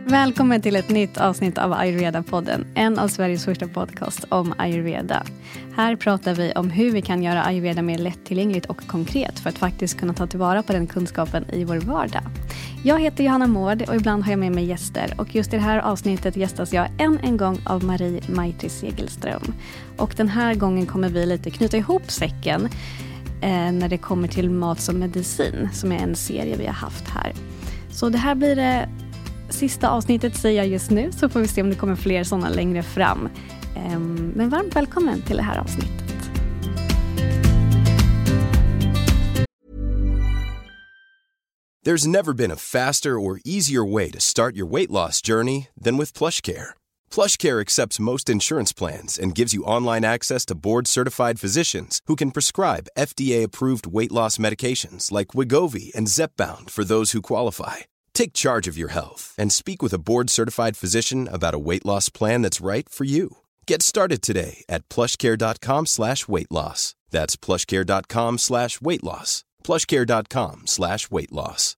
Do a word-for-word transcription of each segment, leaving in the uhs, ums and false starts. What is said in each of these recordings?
Välkommen till ett nytt avsnitt av Ayurveda-podden, en av Sveriges första podcast om Ayurveda. Här pratar vi om hur vi kan göra Ayurveda mer lättillgängligt och konkret för att faktiskt kunna ta tillvara på den kunskapen i vår vardag. Jag heter Johanna Mård och ibland har jag med mig gäster, och just i det här avsnittet gästas jag än en gång av Marie Maitri Segelström. Och den här gången kommer vi lite knyta ihop säcken eh, när det kommer till mat som medicin, som är en serie vi har haft här. Så det här blir det sista avsnittet, säger jag just nu, så får vi se om det kommer fler sådana längre fram. Um, men varmt välkommen till det här avsnittet. There's never been a faster or easier way to start your weight loss journey than with PlushCare. PlushCare accepts most insurance plans and gives you online access to board-certified physicians who can prescribe F D A-approved weight loss medications like Wegovy and Zepbound for those who qualify. Take charge of your health and speak with a board-certified physician about a weight loss plan that's right for you. Get started today at plushcare.com slash weight loss. That's plushcare.com slash weight loss. plushcare.com slash weight loss.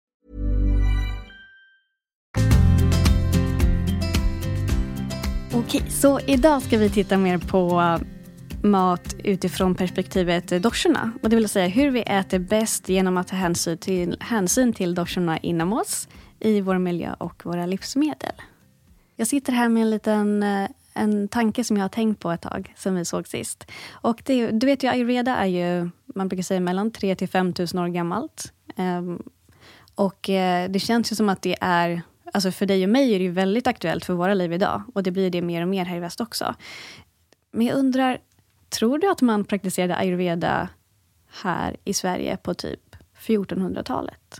Okej, så idag ska vi titta mer på mat utifrån perspektivet doshorna. Och det vill säga hur vi äter bäst genom att ta hänsyn till, hänsyn till doshorna inom oss, i vår miljö och våra livsmedel. Jag sitter här med en liten en tanke som jag har tänkt på ett tag sen vi såg sist. Och det, du vet ju, Ayurveda är ju, man brukar säga, mellan tre till fem tusen år gammalt. Um, och uh, det känns ju som att det är, alltså för dig och mig är det ju väldigt aktuellt för våra liv idag. Och det blir det mer och mer här i väst också. Men jag undrar, tror du att man praktiserade Ayurveda här i Sverige på typ fjortonhundratalet?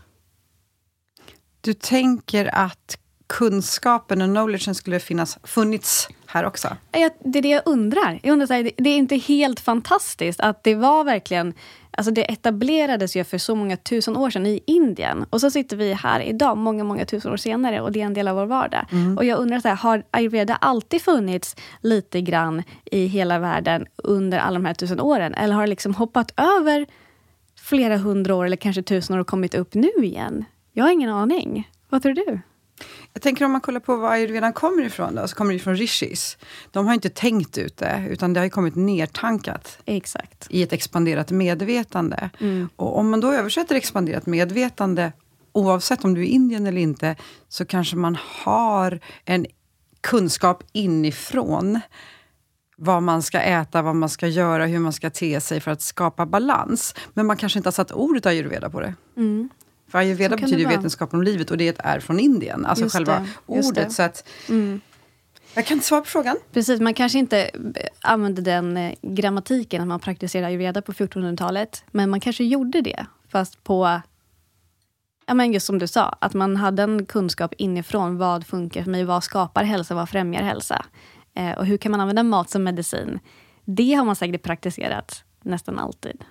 Du tänker att kunskapen och knowledgen skulle finnas, funnits här också? Ja, det är det jag undrar. Jag undrar så här, det är inte helt fantastiskt att det var verkligen, alltså det etablerades ju för så många tusen år sedan i Indien. Och så sitter vi här idag, många, många tusen år senare, och det är en del av vår vardag. Mm. Och jag undrar så här, har Ayurveda alltid funnits lite grann i hela världen under alla de här tusen åren? Eller har det liksom hoppat över flera hundra år eller kanske tusen år och kommit upp nu igen? Jag har ingen aning. Vad tror du? Jag tänker om man kollar på var ayurvedan kommer ifrån då, så kommer det ifrån rishis. De har inte tänkt ut det, utan det har ju kommit nertankat. Exakt. I ett expanderat medvetande. Mm. Och om man då översätter expanderat medvetande, oavsett om du är i Indien eller inte, så kanske man har en kunskap inifrån vad man ska äta, vad man ska göra, hur man ska te sig för att skapa balans. Men man kanske inte har satt ordet ayurveda på det. Mm. För ayurveda betyder ju vetenskap om livet, och det är från Indien. Alltså just själva det, ordet. Så att, mm. jag kan inte svara på frågan. Precis, man kanske inte använde den grammatiken att man praktiserade ayurveda på fjortonhundratalet. Men man kanske gjorde det. Fast på, ja men just som du sa, att man hade en kunskap inifrån. Vad funkar för mig, vad skapar hälsa, vad främjar hälsa. Eh, och hur kan man använda mat som medicin. Det har man säkert praktiserat nästan alltid.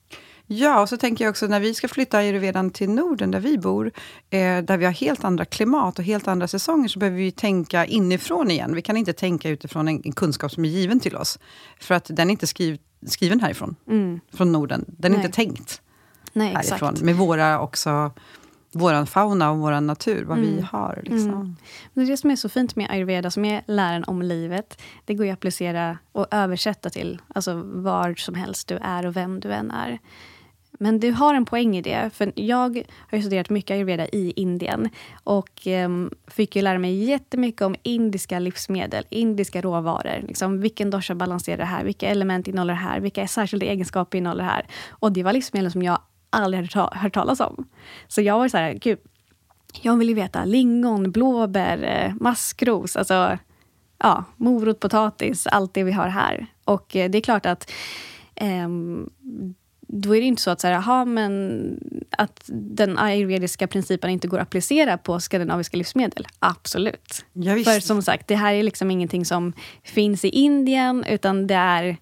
Ja, och så tänker jag också när vi ska flytta ayurvedan till Norden där vi bor, eh, där vi har helt andra klimat och helt andra säsonger, så behöver vi tänka inifrån igen. Vi kan inte tänka utifrån en, en kunskap som är given till oss. För att den är inte skriv, skriven härifrån, mm. från Norden. Den är Nej. inte tänkt Nej, härifrån. Exakt. Med våra också, våran fauna och våran natur, vad mm. vi har. Liksom. Mm. Det är det som är så fint med ayurveda, som är läran om livet. Det går ju att applicera och översätta till alltså var som helst du är och vem du än är. Men du har en poäng i det, för jag har ju studerat mycket ayurveda i Indien och eh, fick ju lära mig jättemycket om indiska livsmedel, indiska råvaror. Liksom, vilken dosha balanserar det här, vilka element innehåller det här, vilka särskilda egenskaper innehåller det här. Och det var livsmedel som jag aldrig hade ta- hört talas om. Så jag var så här, gud, jag vill ju veta lingon, blåbär, maskros, alltså ja, morot, potatis, allt det vi har här. Och eh, det är klart att eh, då är det inte så att, så här, aha, men att den ayurvediska principen inte går att applicera på skandinaviska livsmedel. Absolut. Ja, för som sagt, det här är liksom ingenting som finns i Indien, utan det är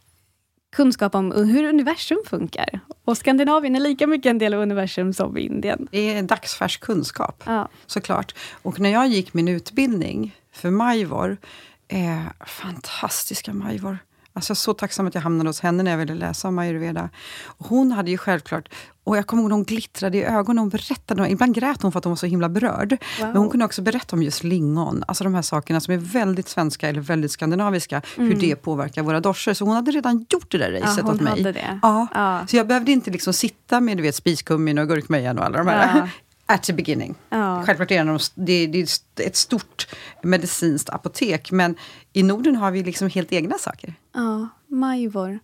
kunskap om hur universum funkar. Och Skandinavien är lika mycket en del av universum som Indien. Det är en dagsfärsk kunskap, ja. såklart. Och när jag gick min utbildning för Majvor, eh, fantastiska Majvor. Alltså jag är så tacksam att jag hamnade hos henne när jag ville läsa om ayurveda. Och hon hade ju självklart, och jag kommer ihåg hon glittrade i ögonen, hon berättade, ibland grät hon för att hon var så himla berörd. Wow. Men hon kunde också berätta om just lingon, alltså de här sakerna som är väldigt svenska eller väldigt skandinaviska, mm. hur det påverkar våra doshor. Så hon hade redan gjort det där racet ja, åt mig. Hade det. Ja. Ja. Så jag behövde inte liksom sitta med du vet, spiskummin och gurkmejan och alla de här. Ja. At the beginning. Ja. Självklart är det, det, det är ett stort medicinskt apotek, men i Norden har vi liksom helt egna saker. Ja, majvor.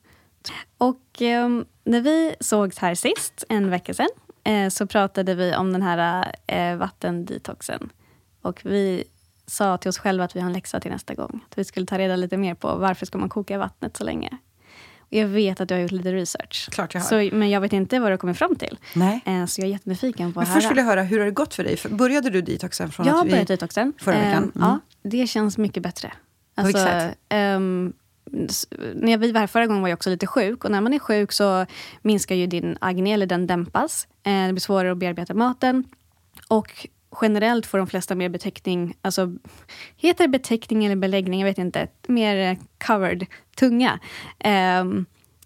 Och eh, när vi sågs här sist, en vecka sedan, eh, så pratade vi om den här eh, vattendetoxen. Och vi sa till oss själva att vi har en läxa till nästa gång. Att vi skulle ta reda lite mer på varför ska man koka vattnet så länge. Jag vet att du har gjort lite research. Klart jag har. Så, men jag vet inte vad du har kommit fram till. Nej. Eh, så jag är jättenyfiken på att höra. Först vill jag höra, hur har det gått för dig? Började du detoxen från jag att vi... Jag började detoxen. Förra veckan? Mm. Eh, ja, det känns mycket bättre. Alltså, exakt. Um, när vi var här förra gången var jag också lite sjuk. Och när man är sjuk så minskar ju din agni, eller den dämpas. Eh, det blir svårare att bearbeta maten. Och generellt får de flesta mer beteckning, alltså heter det beteckning eller beläggning, jag vet inte, mer covered, tunga. Um,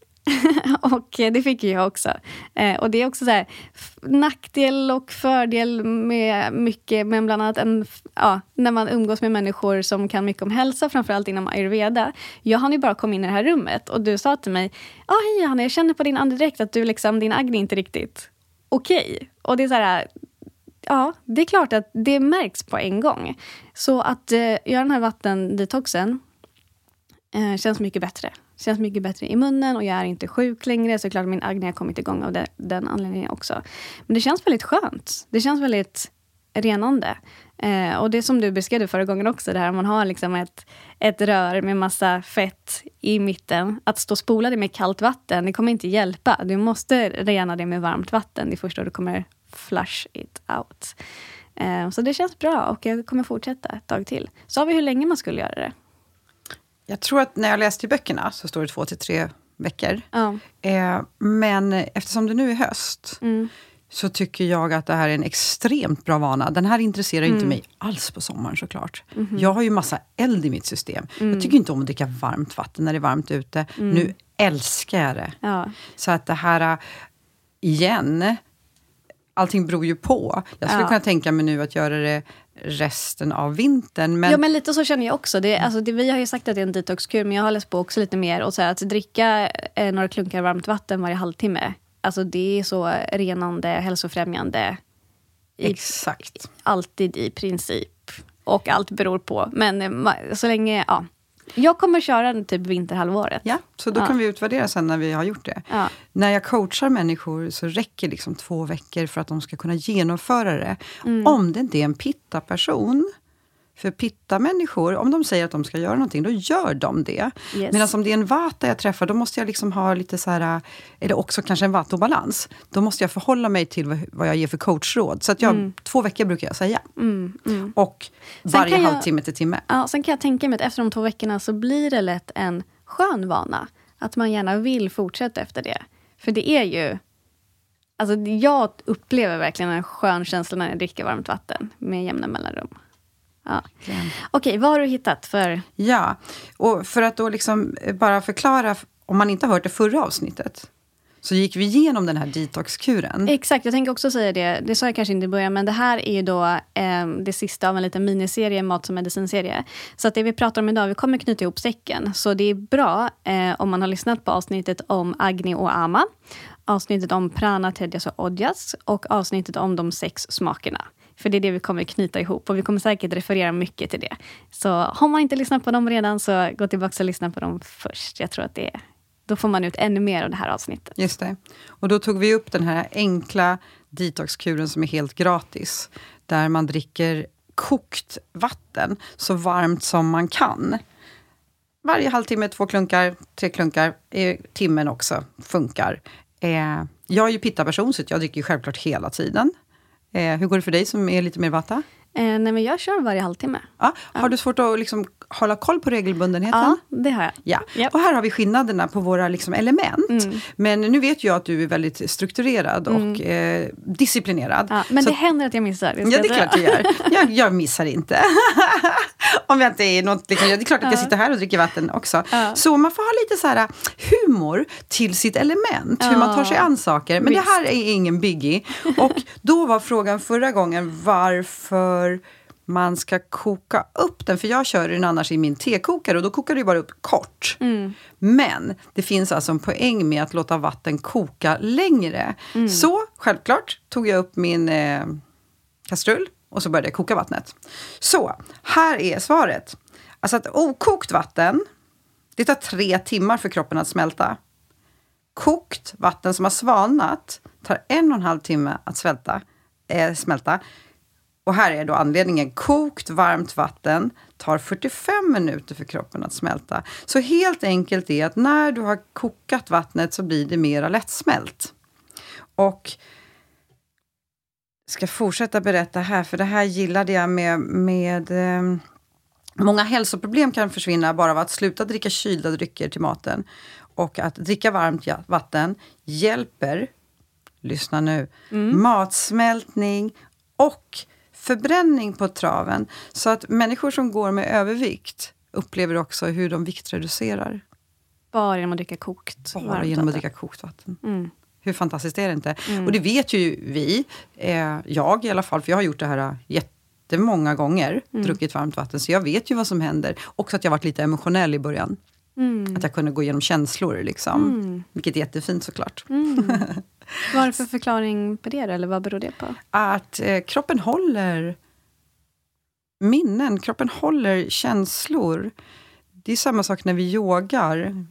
och det fick ju jag också. Eh, och det är också så här, nackdel och fördel med mycket, men bland annat en, ja, när man umgås med människor som kan mycket om hälsa, framförallt inom ayurveda. Jag hann ju bara komma in i det här rummet och du sa till mig, ja ah, hej Hanna, jag känner på din andedräkt att du liksom, din agni inte riktigt okej. Okay. Och det är så här, ja, det är klart att det märks på en gång. Så att eh, göra den här vattendetoxen eh, känns mycket bättre. Känns mycket bättre i munnen och jag är inte sjuk längre. Så klart att min agni har kommit igång av det, den anledningen också. Men det känns väldigt skönt. Det känns väldigt renande. Eh, och det som du beskrev förra gången också. Det här man har liksom ett, ett rör med massa fett i mitten. Att stå och spola det med kallt vatten, det kommer inte hjälpa. Du måste rena det med varmt vatten. Det är först då du kommer flush it out. Eh, så det känns bra och jag kommer fortsätta ett tag till. Sa vi hur länge man skulle göra det? Jag tror att när jag läste i böckerna så står det två till tre veckor. Ja. Eh, men eftersom det nu är höst mm. så tycker jag att det här är en extremt bra vana. Den här intresserar mm. inte mig alls på sommaren såklart. Mm-hmm. Jag har ju massa eld i mitt system. Mm. Jag tycker inte om att dricka varmt vatten när det är varmt ute. Mm. Nu älskar jag det. Ja. Så att det här, igen, allting beror ju på. Jag skulle ja. kunna tänka mig nu att göra det resten av vintern. Men... Ja, men lite så känner jag också. Det, alltså, det, vi har ju sagt att det är en detoxkur, men jag har läst på också lite mer. Och så här, att dricka eh, några klunkar varmt vatten varje halvtimme. Alltså det är så renande, hälsofrämjande. I, Exakt. Alltid i princip. Och allt beror på. Men eh, så länge, ja. Jag kommer köra typ vinterhalvåret. Ja, så då ja. kan vi utvärdera sen när vi har gjort det. Ja. När jag coachar människor så räcker liksom två veckor för att de ska kunna genomföra det. Mm. Om det inte är en pitta-person. För pitta-människor, om de säger att de ska göra någonting, då gör de det. Yes. Medan om det är en vata jag träffar, då måste jag liksom ha lite så här, eller också kanske en vata-balans. Då måste jag förhålla mig till vad jag ger för coachråd. Så att jag, mm. två veckor brukar jag säga. Mm, mm. Och sen varje jag, halvtimme till timme. Ja, sen kan jag tänka mig att efter de två veckorna så blir det lätt en skön vana. Att man gärna vill fortsätta efter det. För det är ju... Alltså jag upplever verkligen en skön känsla när jag dricker varmt vatten med jämna mellanrum. Ja. Okej, okay, vad har du hittat för... Ja, och för att då liksom bara förklara, om man inte har hört det förra avsnittet, så gick vi igenom den här detoxkuren. Exakt, jag tänker också säga det. Det sa jag kanske inte i början, men det här är ju då eh, det sista av en liten miniserie, mat- och medicinserie. Så att det vi pratar om idag, vi kommer knyta ihop säcken. Så det är bra eh, om man har lyssnat på avsnittet om Agni och Ama, avsnittet om Prana, Tedjas och Odjas och avsnittet om de sex smakerna. För det är det vi kommer knyta ihop. Och vi kommer säkert referera mycket till det. Så har man inte lyssnat på dem redan, så gå tillbaka och lyssna på dem först. Jag tror att det är, då får man ut ännu mer av det här avsnittet. Just det. Och då tog vi upp den här enkla detoxkuren som är helt gratis. Där man dricker kokt vatten så varmt som man kan. Varje halvtimme, två klunkar, tre klunkar. Eh, timmen också funkar. Eh, jag är ju pitta-person, så jag dricker ju självklart hela tiden. Eh, hur går det för dig som är lite mer vata? Eh, nej, men jag kör varje halvtimme. Ja. Har ja. du svårt att liksom hålla koll på regelbundenheten? Ja, det har jag. Ja. Yep. Och här har vi skillnaderna på våra liksom element. Mm. Men nu vet jag att du är väldigt strukturerad och mm. eh, disciplinerad. Ja, men så, det händer att jag missar. Det ja, det är klart jag gör. Jag, jag missar inte. Om jag inte är något, liksom, det är klart att jag sitter här och dricker vatten också. Ja. Så man får ha lite så här humor till sitt element. Ja. Hur man tar sig an saker. Men Visst. Det här är ingen biggie. Och då var frågan förra gången varför man ska koka upp den. För jag kör den annars i min tekokare och då kokar det ju bara upp kort. Mm. Men det finns alltså en poäng med att låta vatten koka längre. Mm. Så självklart tog jag upp min eh, kastrull. Och så började jag koka vattnet. Så, här är svaret. Alltså att okokt vatten, det tar tre timmar för kroppen att smälta. Kokt vatten som har svalnat tar en och en halv timme att svälta, äh, smälta. Och här är då anledningen. Kokt varmt vatten tar fyrtiofem minuter för kroppen att smälta. Så helt enkelt är att när du har kokat vattnet så blir det mera lättsmält. Och ska fortsätta berätta här, för det här gillade jag med, med eh, många hälsoproblem kan försvinna bara av att sluta dricka kylda drycker till maten. Och att dricka varmt vatten hjälper, lyssna nu, mm. matsmältning och förbränning på traven. Så att människor som går med övervikt upplever också hur de viktreducerar. Bara genom att dricka kokt Bara varmt genom att dricka kokt vatten. Mm. Hur fantastiskt är det inte? Mm. Och det vet ju vi, eh, jag i alla fall, för jag har gjort det här jättemånga gånger, mm. druckit varmt vatten, så jag vet ju vad som händer. Också att jag varit lite emotionell i början. Mm. Att jag kunde gå igenom känslor, liksom. Mm. Vilket är jättefint såklart. Mm. Vad är det för förklaring på det, eller vad beror det på? Att eh, kroppen håller minnen, kroppen håller känslor. Det är samma sak när vi yogar.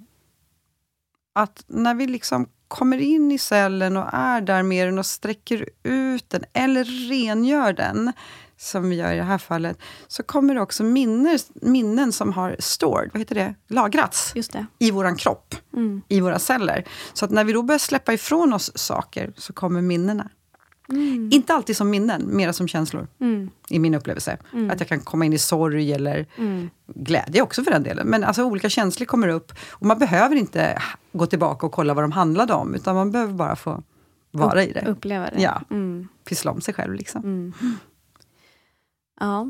Att när vi liksom kommer in i cellen och är där med den och sträcker ut den eller rengör den, som vi gör i det här fallet, så kommer det också minnen, minnen som har stored, vad heter det? Lagrats Just det. I våran kropp, mm. i våra celler. Så att när vi då börjar släppa ifrån oss saker så kommer minnena. Mm. Inte alltid som minnen, mera som känslor. Mm. I min upplevelse. Mm. Att jag kan komma in i sorg eller mm. glädje också för den delen. Men alltså olika känslor kommer upp. Och man behöver inte gå tillbaka och kolla vad de handlade om. Utan man behöver bara få vara Upp, i det. Uppleva det. Ja, mm. pyssla om sig själv liksom. Mm. Ja.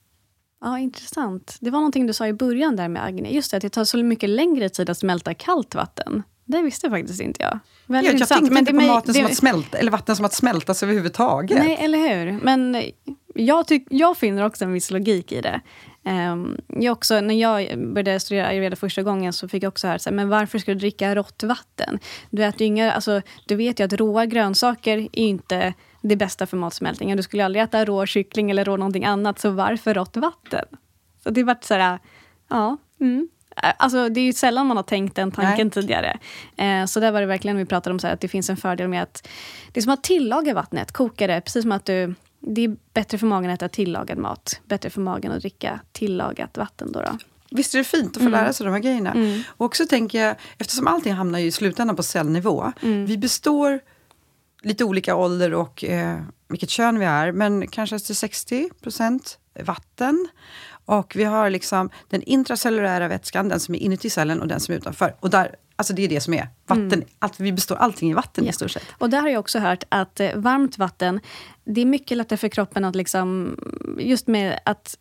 Ja, intressant. Det var någonting du sa i början där med Agni. Just det, att det tar så mycket längre tid att smälta kallt vatten. Det visste faktiskt inte jag. Väldigt jag, jag tänkte men inte på maten det, som att smälta, eller vatten som att smältas överhuvudtaget. Nej, eller hur? Men jag, tyck, jag finner också en viss logik i det. Um, jag också, när jag började studera ayurveda första gången så fick jag också höra, men varför ska du dricka rått vatten? Du, äter inga, alltså, du vet ju att råa grönsaker är inte det bästa för matsmältningen. Du skulle aldrig äta rå kyckling eller rå någonting annat, så varför rått vatten? Så det var så här, ja, mm. Alltså det är ju sällan man har tänkt den tanken Nej. tidigare. Eh, så där var det verkligen, vi pratade om så här, att det finns en fördel med att det är som att tillaga vattnet, koka det, precis som att du, det är bättre för magen att äta tillagad mat, bättre för magen att dricka tillagat vatten då. då. Visst är det fint att få mm. lära sig de här grejerna. Mm. Och också tänker jag, eftersom allting hamnar ju i slutändan på cellnivå, mm. vi består lite olika ålder och eh, vilket kön vi är, men kanske till sextio procent vatten. Och vi har liksom den intracellulära vätskan, den som är inuti cellen och den som är utanför. Och där, alltså det är det som är vatten. Mm. Allt, vi består allting i vatten ja. i stort sett. Och där har jag också hört att eh, varmt vatten, det är mycket lättare för kroppen att liksom, just med att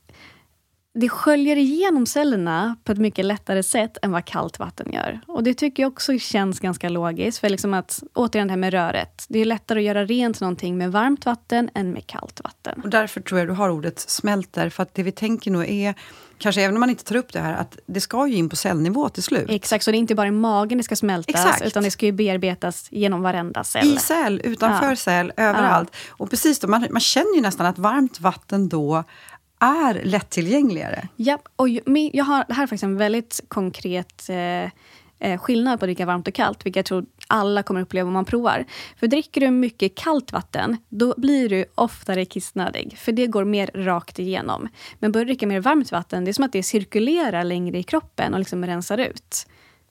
det sköljer igenom cellerna på ett mycket lättare sätt än vad kallt vatten gör. Och det tycker jag också känns ganska logiskt. För liksom att, återigen det här med röret. Det är lättare att göra rent någonting med varmt vatten än med kallt vatten. Och därför tror jag du har ordet smälter. För att det vi tänker nog är, kanske även om man inte tar upp det här, att det ska ju in på cellnivå till slut. Exakt, så det är inte bara i magen det ska smältas. Exakt. Utan det ska ju bearbetas genom varenda cell. I cell, utanför ja. cell, överallt. Ja. Och precis då, man, man känner ju nästan att varmt vatten då är lättillgängligare. Ja, och jag har, det här är faktiskt en väldigt konkret eh, skillnad på att dricka varmt och kallt, vilket jag tror alla kommer uppleva om man provar. För dricker du mycket kallt vatten, då blir du oftare kissnödig, för det går mer rakt igenom. Men börjar du dricka mer varmt vatten, det är som att det cirkulerar längre i kroppen och liksom rensar ut.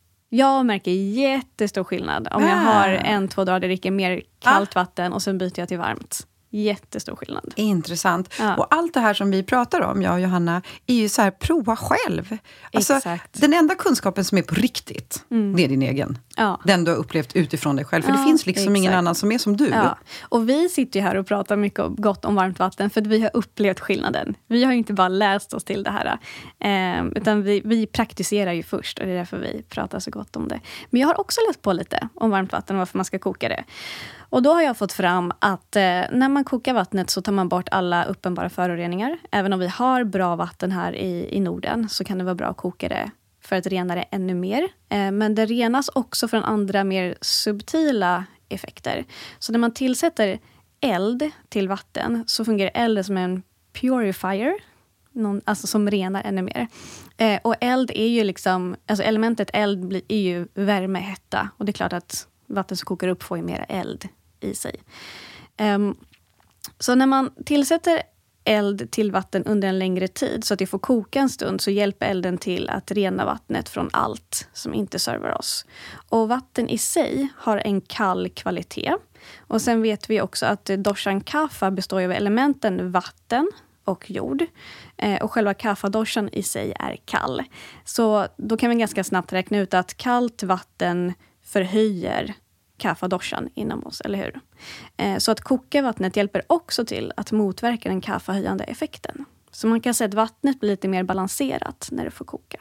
Jag märker jättestor skillnad om jag har en, två dagar där jag dricker mer kallt ah. vatten och sen byter jag till varmt. Jättestor skillnad. Intressant. Ja. Och allt det här som vi pratar om, jag och Johanna, är ju så här, prova själv. Alltså, Exakt. den enda kunskapen som är på riktigt, mm. det är din egen. Ja. Den du har upplevt utifrån dig själv. För Ja, det finns liksom exakt. ingen annan som är som du. Ja. Och vi sitter ju här och pratar mycket om, gott om varmt vatten för att vi har upplevt skillnaden. Vi har ju inte bara läst oss till det här. Eh, utan vi, vi praktiserar ju först och det är därför vi pratar så gott om det. Men jag har också läst på lite om varmt vatten och varför man ska koka det. Och då har jag fått fram att eh, när man kokar vattnet så tar man bort alla uppenbara föroreningar. Även om vi har bra vatten här i, i Norden så kan det vara bra att koka det för att rena det ännu mer. Eh, men det renas också från andra mer subtila effekter. Så när man tillsätter eld till vatten så fungerar elden som en purifier. Någon, alltså som renar ännu mer. Eh, och eld är ju liksom, alltså elementet eld blir, är ju värme, hetta. Och det är klart att vatten som kokar upp får ju mera eld i sig. Um, så när man tillsätter eld till vatten under en längre tid så att det får koka en stund så hjälper elden till att rena vattnet från allt som inte servar oss. Och vatten i sig har en kall kvalitet. Och sen vet vi också att doshan kaffa består av elementen vatten och jord. Eh, och själva kaffadoshan i sig är kall. Så då kan vi ganska snabbt räkna ut att kallt vatten förhöjer kaffadoshan inom oss, eller hur? Eh, så att koka vattnet hjälper också till att motverka den kaffahöjande effekten. Så man kan säga att vattnet blir lite mer balanserat när det får koka.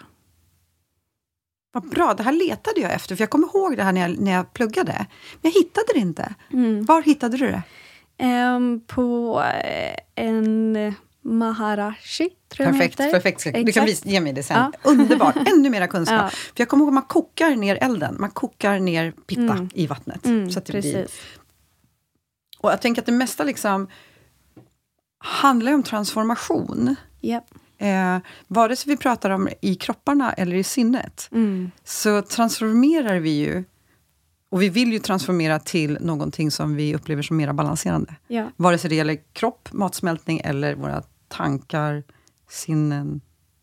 Vad bra, det här letade jag efter. För jag kommer ihåg det här när jag, när jag pluggade. Men jag hittade det inte. Mm. Var hittade du det? Eh, på en Maharashi, tror jag perfekt, heter. perfekt. Du kan visa, ge mig det sen. Ja. Underbart, ännu mera kunskap. Ja. För jag kommer ihåg att man kokar ner elden. Man kokar ner pitta mm. i vattnet. Mm, så att det precis. blir. Och jag tänker att det mesta liksom handlar om transformation. Yep. Eh, vare sig vi pratar om i kropparna eller i sinnet. Mm. Så transformerar vi ju. Och vi vill ju transformera till någonting som vi upplever som mer balanserande. Ja. Vare sig det gäller kropp, matsmältning eller våra tankar, sinnen.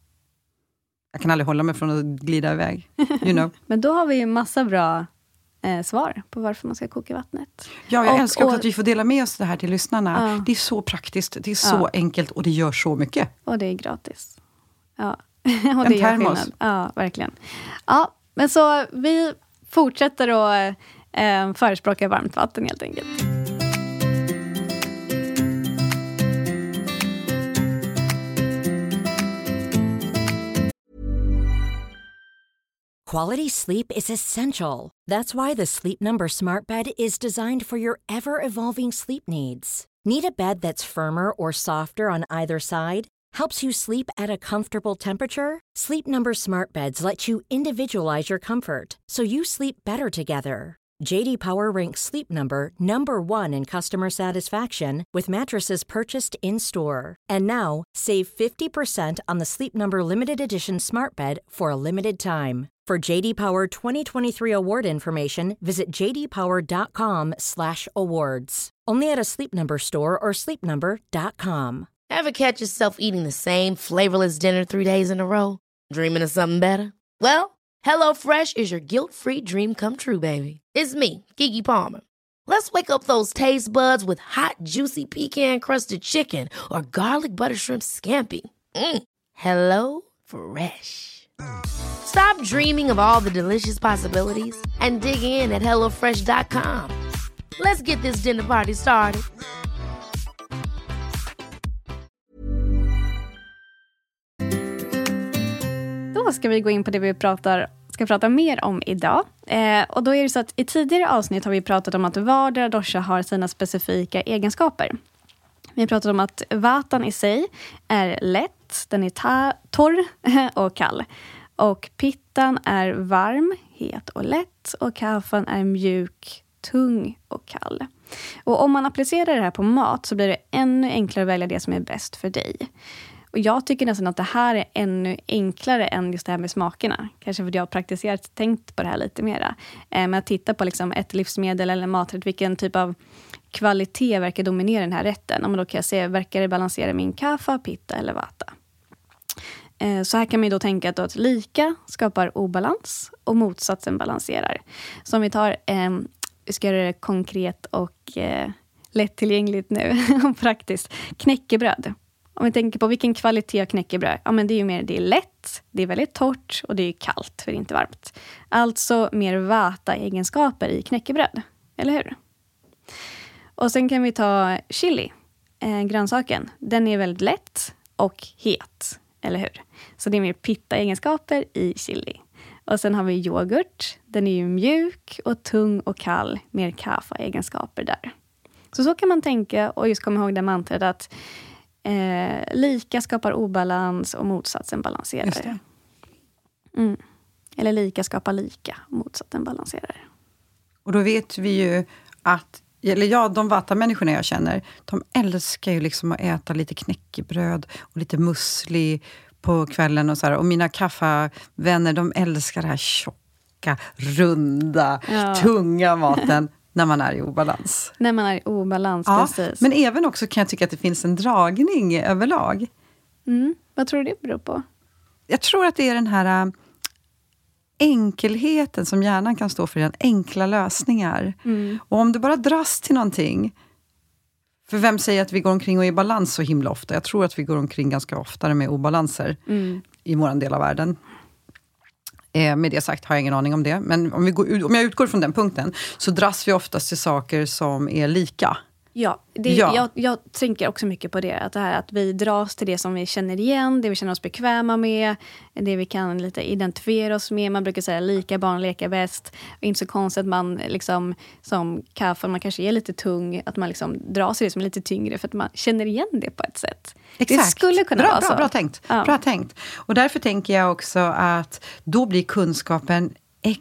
Jag kan aldrig hålla mig från att glida iväg. You know. Men då har vi ju massa bra eh, svar på varför man ska koka vattnet. Ja, jag och, älskar också och, att vi får dela med oss det här till lyssnarna. Ja. Det är så praktiskt, det är så ja. enkelt och det gör så mycket. Och det är gratis. Ja, en och det gör termos. skillnad. Ja, verkligen. Ja, men så vi fortsätter att eh, förespråka varmt vatten helt enkelt. Quality sleep is essential. That's why the Sleep Number Smart Bed is designed for your ever-evolving sleep needs. Need a bed that's firmer or softer on either side? Helps you sleep at a comfortable temperature? Sleep Number Smart Beds let you individualize your comfort, so you sleep better together. J D Power ranks Sleep Number number one in customer satisfaction with mattresses purchased in-store. And now, save fifty percent on the Sleep Number Limited Edition Smart Bed for a limited time. For J D Power twenty twenty-three award information, visit j d power dot com slash awards. Only at a Sleep Number store or sleep number dot com. Ever catch yourself eating the same flavorless dinner three days in a row? Dreaming of something better? Well, HelloFresh is your guilt-free dream come true, baby. It's me, Keke Palmer. Let's wake up those taste buds with hot, juicy pecan-crusted chicken or garlic butter shrimp scampi. Mm. Hello Fresh. Stop dreaming of all the delicious possibilities and dig in at hello fresh dot com. Let's get this dinner party started. Då ska vi gå in på det vi pratar, ska prata mer om idag. Eh, och då är det så att i tidigare avsnitt har vi pratat om att vardera dosha har sina specifika egenskaper. Vi har pratat om att vatan i sig är lätt, den är ta- torr och kall. Och pittan är varm, het och lätt. Och kaffan är mjuk, tung och kall. Och om man applicerar det här på mat så blir det ännu enklare att välja det som är bäst för dig. Och jag tycker nästan att det här är ännu enklare än just det här med smakerna. Kanske för att jag har praktiserat tänkt på det här lite mera. Eh, men att titta på liksom ett livsmedel eller maträtt, vilken typ av kvalitet verkar dominera den här rätten. Och då kan jag se, verkar det balansera min kaffa, pitta eller vata? Eh, så här kan man ju då tänka att, då att lika skapar obalans och motsatsen balanserar. Så om vi tar, eh, vi ska göra det konkret och eh, lättillgängligt nu och praktiskt. Knäckebröd. Om vi tänker på vilken kvalitet av knäckebröd. Ja, men det är ju mer, det är lätt, det är väldigt torrt och det är kallt för det är inte varmt. Alltså mer vata-egenskaper i knäckebröd. Eller hur? Och sen kan vi ta chili, eh, grönsaken. Den är väldigt lätt och het, eller hur? Så det är mer pitta-egenskaper i chili. Och sen har vi yoghurt. Den är ju mjuk och tung och kall. Mer kaffa-egenskaper där. Så så kan man tänka och just komma ihåg det mantrat att eh, lika skapar obalans och motsatsen balanserar. Just det. Mm. Eller lika skapar lika, motsatsen balanserar. Och då vet vi ju att, eller ja, de vata-människorna jag känner, de älskar ju liksom att äta lite knäckebröd och lite muesli på kvällen och så här. Och mina kaffavänner, de älskar det här tjocka, runda, ja. tunga maten när man är i obalans. När man är i obalans, ja, precis. Men även också kan jag tycka att det finns en dragning överlag. Mm. Vad tror du det beror på? Jag tror att det är den här enkelheten som hjärnan kan stå för, den enkla lösningar. Mm. Och om du bara dras till någonting. För vem säger att vi går omkring och är i balans så himla ofta? Jag tror att vi går omkring ganska oftare med obalanser mm. i vår del av världen. Eh, med det sagt har jag ingen aning om det. Men om, vi går, om jag utgår från den punkten så dras vi oftast till saker som är lika. Ja, det, ja. Jag, jag tänker också mycket på det. Att det här att vi dras till det som vi känner igen, det vi känner oss bekväma med, det vi kan lite identifiera oss med. Man brukar säga lika barn leka bäst. Och inte så konstigt att man liksom, som kaffe, man kanske är lite tung, att man liksom dras till det som är lite tyngre för att man känner igen det på ett sätt. Exakt. Det skulle kunna bra, vara bra, så. Bra tänkt. Ja. Bra tänkt. Och därför tänker jag också att då blir kunskapen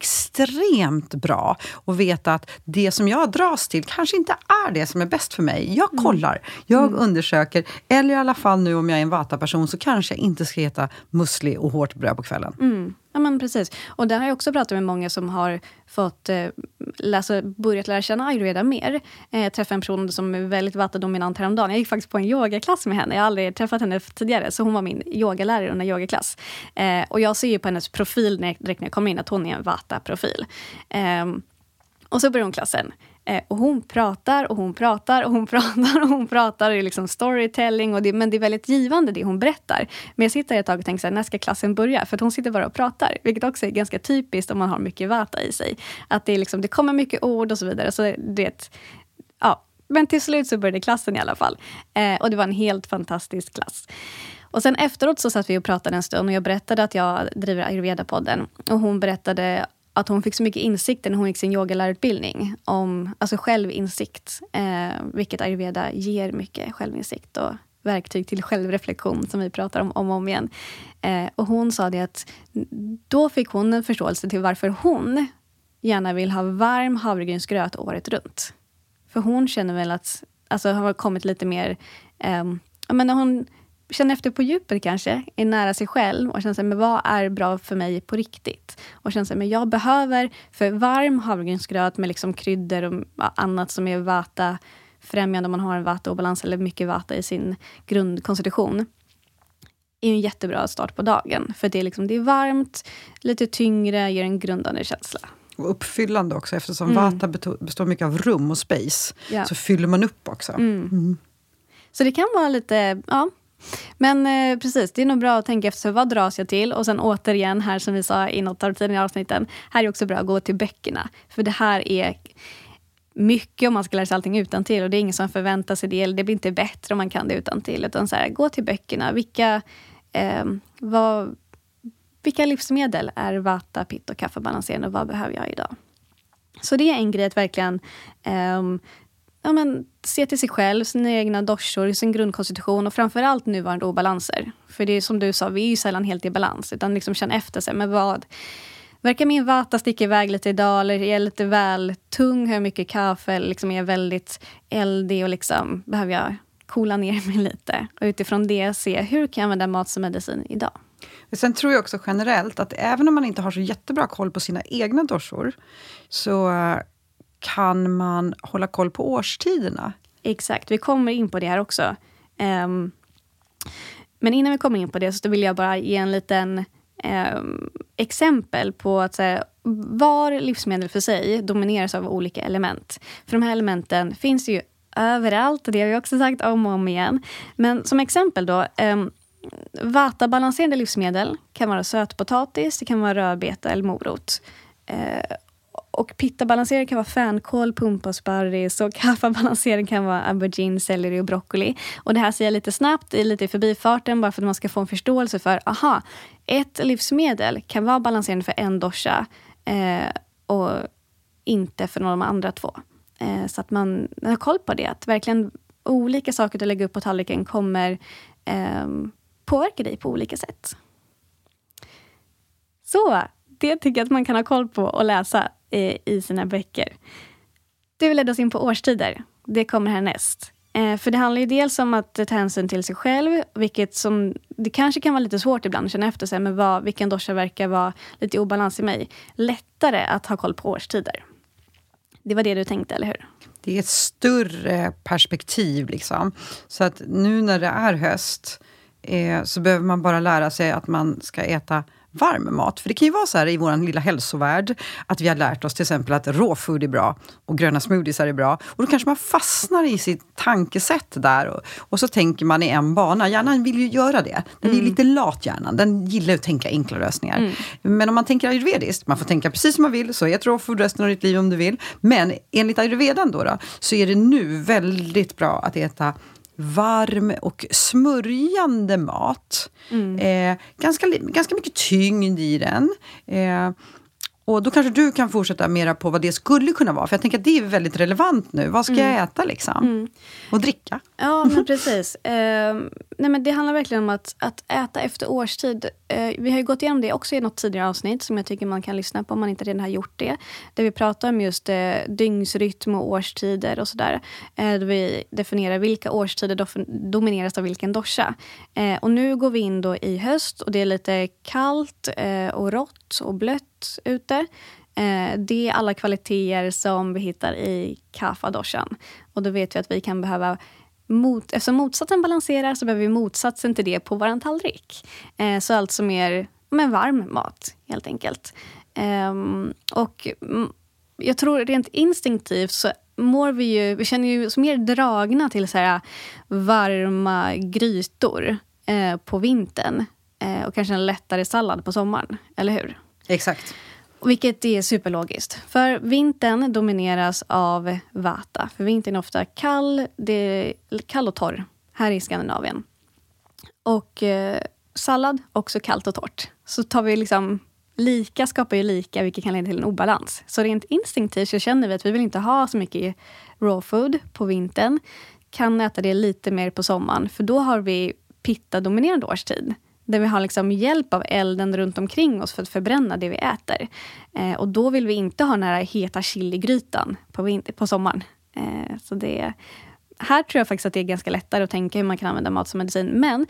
extremt bra och veta att det som jag dras till kanske inte är det som är bäst för mig. Jag kollar, jag mm. undersöker, eller i alla fall nu om jag är en vata-person så kanske jag inte ska äta muesli och hårt bröd på kvällen. Mm. Ja, men precis. Och där har jag också pratat med många som har fått eh, läsa, börjat lära känna ayurveda mer. Eh, jag träffade en person som är väldigt vata-dominant häromdagen. Jag gick faktiskt på en yogaklass med henne. Jag har aldrig träffat henne tidigare, så hon var min yogalärare under yogaklass. Eh, och jag ser ju på hennes profil när jag, direkt när jag kommer in att hon är en vata-profil. Eh, och så börjar hon klassen. Eh, och hon pratar och hon pratar och hon pratar och hon pratar. Det är liksom storytelling. Och det, men det är väldigt givande det hon berättar. Men jag sitter ett tag och tänker så här, när ska klassen börja? För att hon sitter bara och pratar. Vilket också är ganska typiskt om man har mycket vata i sig. Att det, är liksom, det kommer mycket ord och så vidare. Så det, ja. Men till slut så började klassen i alla fall. Eh, och det var en helt fantastisk klass. Och sen efteråt så satt vi och pratade en stund. Och jag berättade att jag driver Ayurveda-podden. Och hon berättade att hon fick så mycket insikt när hon gick sin yogalärarutbildning om alltså självinsikt, eh, vilket ayurveda ger mycket självinsikt och verktyg till självreflektion som vi pratar om om och om igen. Eh, och hon sa det att då fick hon en förståelse till varför hon gärna vill ha varm havregrynsgröt året runt. För hon känner väl att, alltså har kommit lite mer, eh, men när hon känner efter på djupet kanske, är nära sig själv och känner sig, men vad är bra för mig på riktigt? Och känner sig, men jag behöver för varm havregrynsgröt med liksom kryddor och annat som är vata främjande om man har en vata-obalans eller mycket vata i sin grundkonstitution. Är en jättebra start på dagen. För det är, liksom, det är varmt, lite tyngre, ger en grundande känsla. Och uppfyllande också, eftersom mm. vata består mycket av rum och space. Ja. Så fyller man upp också. Mm. Mm. Så det kan vara lite, ja. Men eh, precis, det är nog bra att tänka efter vad dras jag till. Och sen återigen här som vi sa i något av tidigare avsnitten. Här är också bra att gå till böckerna. För det här är mycket om man ska lära sig allting utan till. Och det är ingen som förväntar sig det. Eller det blir inte bättre om man kan det utan till. Utan så här, gå till böckerna. Vilka, eh, vad, vilka livsmedel är vata, pitt och kaffebalanserande? Och vad behöver jag idag? Så det är en grej att verkligen Eh, Ja, men, se till sig själv, sina egna doshor, sin grundkonstitution och framförallt nuvarande obalanser. För det är som du sa, vi är ju sällan helt i balans. Utan liksom känna efter sig, men vad verkar min vata sticka iväg lite idag? Eller är jag lite väl tung, har jag mycket kaffe? Eller liksom är jag väldigt eldig och liksom behöver jag coola ner mig lite? Och utifrån det se, hur kan jag använda mat som medicin idag? Sen tror jag också generellt att även om man inte har så jättebra koll på sina egna doshor så kan man hålla koll på årstiderna. Exakt, vi kommer in på det här också. Um, men innan vi kommer in på det så vill jag bara ge en liten um, exempel på att så här, var livsmedel för sig domineras av olika element. För de här elementen finns ju överallt. Och det har vi också sagt om och om igen. Men som exempel då. Eh, Vata-balanserande livsmedel kan vara sötpotatis, det kan vara rödbeta eller morot. Eh, och pitta-balanserande kan vara fänkål, pumpasparris och kaffa-balanserande kan vara aubergine, selleri och broccoli. Och det här säger jag lite snabbt, lite i förbifarten, bara för att man ska få en förståelse för, aha, ett livsmedel kan vara balanserande för en dosha eh, och inte för någon av de andra två. Eh, så att man har koll på det, att verkligen olika saker du lägger upp på tallriken kommer eh, påverka dig på olika sätt. Så, det tycker jag att man kan ha koll på och läsa eh, i sina böcker. Du ledde oss in på årstider. Det kommer härnäst. Eh, för det handlar ju dels om att ta hänsyn till sig själv, vilket som, det kanske kan vara lite svårt ibland att känna efter sig, men vad, vilken dosha verkar vara lite obalans i mig. Lättare att ha koll på årstider. Det var det du tänkte, eller hur? Det är ett större perspektiv liksom. Så att nu när det är höst eh, så behöver man bara lära sig att man ska äta varm mat. För det kan ju vara så här i vår lilla hälsovärld att vi har lärt oss till exempel att råfood är bra och gröna smoothies är bra. Och då kanske man fastnar i sitt tankesätt där och, och så tänker man i en bana. Hjärnan vill ju göra det. Den är mm. lite lat hjärnan. Den gillar att tänka enkla lösningar. Mm. Men om man tänker ayurvediskt, man får tänka precis som man vill, så ät råfood resten av ditt liv om du vill. Men enligt ayurvedan då, då så är det nu väldigt bra att äta varm och smörjande mat. Mm. Eh, ganska, ganska mycket tyngd i den. Eh, och då kanske du kan fortsätta mera på vad det skulle kunna vara. För jag tänker att det är väldigt relevant nu. Vad ska mm. jag äta liksom? Mm. Och dricka. Ja, men precis. Eh, nej, men det handlar verkligen om att, att äta efter årstid. Eh, vi har ju gått igenom det också i något tidigare avsnitt som jag tycker man kan lyssna på om man inte redan har gjort det. Där vi pratar om just eh, dygnsrytm och årstider och sådär. Eh, där vi definierar vilka årstider do- domineras av vilken dosha. Eh, och nu går vi in då i höst och det är lite kallt eh, och rått och blött ute. Eh, det är alla kvaliteter som vi hittar i kapha-doshan. Och då vet vi att vi kan behöva, mot, eftersom motsatsen balanserar så behöver vi motsatsen till det på våran tallrik. Eh, så alltså mer men varm mat helt enkelt. Eh, och m- jag tror rent instinktivt så mår vi ju, vi känner ju oss mer dragna till så här varma grytor eh, på vintern. Eh, och kanske en lättare sallad på sommaren, eller hur? Exakt. Vilket är superlogiskt. För vintern domineras av vata. För vintern är ofta kall, det är kall och torr här i Skandinavien. Och eh, sallad, också kallt och torrt. Så tar vi liksom, lika skapar ju lika, vilket kan leda till en obalans. Så rent instinktivt så känner vi att vi vill inte ha så mycket raw food på vintern. Kan äta det lite mer på sommaren. För då har vi pitta-dominerande årstid. Där vi har liksom hjälp av elden runt omkring oss för att förbränna det vi äter. Eh, och då vill vi inte ha den här heta chiligrytan på, vinter, på sommaren. Eh, så det, här tror jag faktiskt att det är ganska lättare att tänka hur man kan använda mat som medicin. Men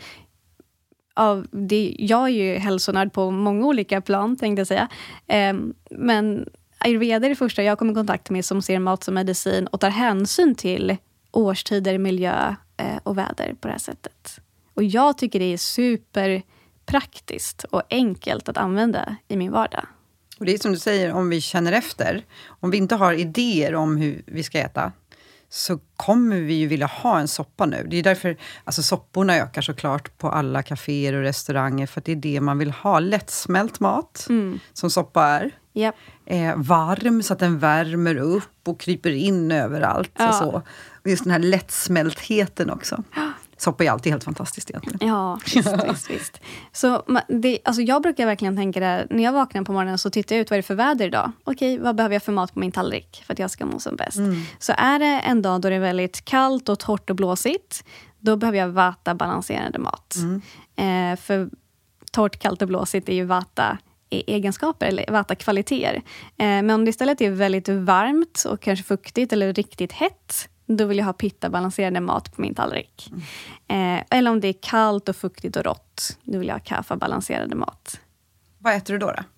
av det, jag är ju hälsonörd på många olika plan, tänkte jag säga. Eh, men ayurveda är det första jag kommer i kontakt med som ser mat som medicin och tar hänsyn till årstider, miljö eh, och väder på det här sättet. Och jag tycker det är superpraktiskt och enkelt att använda i min vardag. Och det är som du säger, om vi känner efter, om vi inte har idéer om hur vi ska äta, så kommer vi ju vilja ha en soppa nu. Det är därför, alltså sopporna ökar såklart på alla kaféer och restauranger, för att det är det man vill ha. Lättsmält mat, mm. som soppa är. Yep. Eh, varm så att den värmer upp och kryper in överallt. Ja. Och så. Och just den här lättsmältheten också. Soppa är alltid helt fantastiskt egentligen. Ja, visst, visst, visst. Så det, alltså jag brukar verkligen tänka det, när jag vaknar på morgonen så tittar jag ut vad det är för väder idag. Okej, vad behöver jag för mat på min tallrik för att jag ska må som bäst? Mm. Så är det en dag då det är väldigt kallt och torrt och blåsigt, då behöver jag vata balanserande mat. Mm. Eh, för torrt, kallt och blåsigt är ju vata egenskaper eller vata-kvaliteter. Eh, men om det istället är väldigt varmt och kanske fuktigt eller riktigt hett, då vill jag ha pitta-balanserande mat på min tallrik. Mm. Eh, eller om det är kallt och fuktigt och rått, då vill jag ha kaffa-balanserande mat. Vad äter du då då?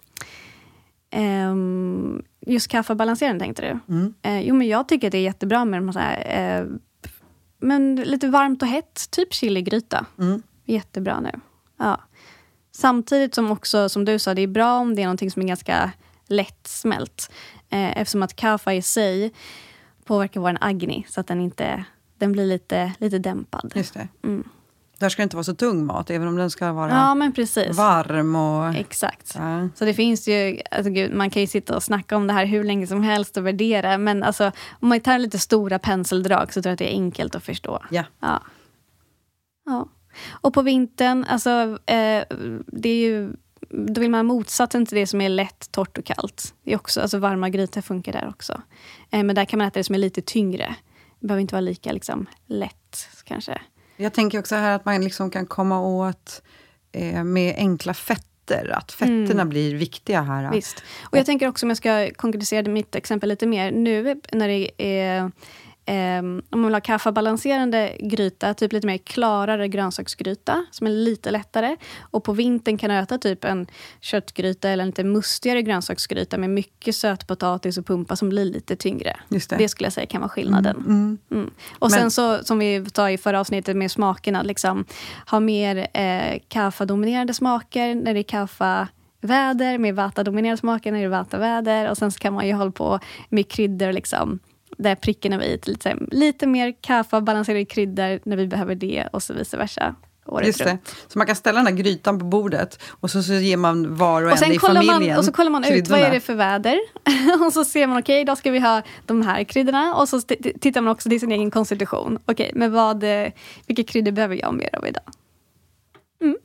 Eh, just kaffa-balanserande tänkte du? Mm. Eh, jo, men jag tycker att det är jättebra med de här, eh, men lite varmt och hett, typ chiligryta. Mm. Jättebra nu. Ja. Samtidigt som också, som du sa, det är bra om det är någonting som är ganska lättsmält. Eh, eftersom att kaffa i sig påverkar vår agni så att den inte den blir lite, lite dämpad. Just det. Mm. Där ska det inte vara så tung mat, även om den ska vara ja, men precis. varm. Och, exakt. Ja. Så det finns ju, alltså gud, man kan ju sitta och snacka om det här hur länge som helst och värdera. Men alltså, om man tar lite stora penseldrag så tror jag att det är enkelt att förstå. Ja. Ja. Ja. Och på vintern, alltså, eh, det är ju, då vill man ha motsatsen till det som är lätt, torrt och kallt. Det är också, alltså varma grytor funkar där också. Eh, men där kan man äta det som är lite tyngre. Det behöver inte vara lika liksom, lätt kanske. Jag tänker också här att man liksom kan komma åt eh, med enkla fetter. Att fetterna mm. blir viktiga här. Visst. Och jag tänker också, om jag ska konkretisera mitt exempel lite mer. Nu när det är... Um, om man vill ha kaffebalanserande gryta, typ lite mer klarare grönsaksgryta som är lite lättare. Och på vintern kan du äta typ en köttgryta eller en lite mustigare grönsaksgryta med mycket sötpotatis och pumpa som blir lite tyngre. Just det. Det skulle jag säga kan vara skillnaden. Mm, mm. Mm. Och Men, sen så, som vi sa i förra avsnittet med smakerna, liksom, ha mer eh, kaffa-dominerade smaker när det är kaffa väder, med vata-dominerade smaker när det är vata-väder. Och sen så kan man ju hålla på med kryddor liksom. Där pricken är vid lite, lite mer kaffe, balanserade kryddor när vi behöver det och så vice versa. Just det. Så man kan ställa den här grytan på bordet och så, så ger man var och, och en i familjen. Man, och så kollar man ut, vad är det för väder? Och så ser man, okej, okay, idag ska vi ha de här kryddorna. Och så t- tittar man också till sin egen konstitution. Okej, okay, men vad, vilka kryddor behöver jag mer av idag? Mm.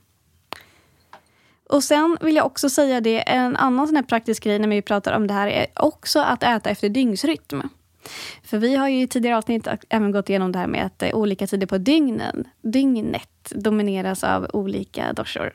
Och sen vill jag också säga det, en annan sån här praktisk grej när vi pratar om det här är också att äta efter dygnsrytm. För vi har ju i tidigare avsnitt även gått igenom det här med att olika tider på dygnen, dygnet domineras av olika doshor.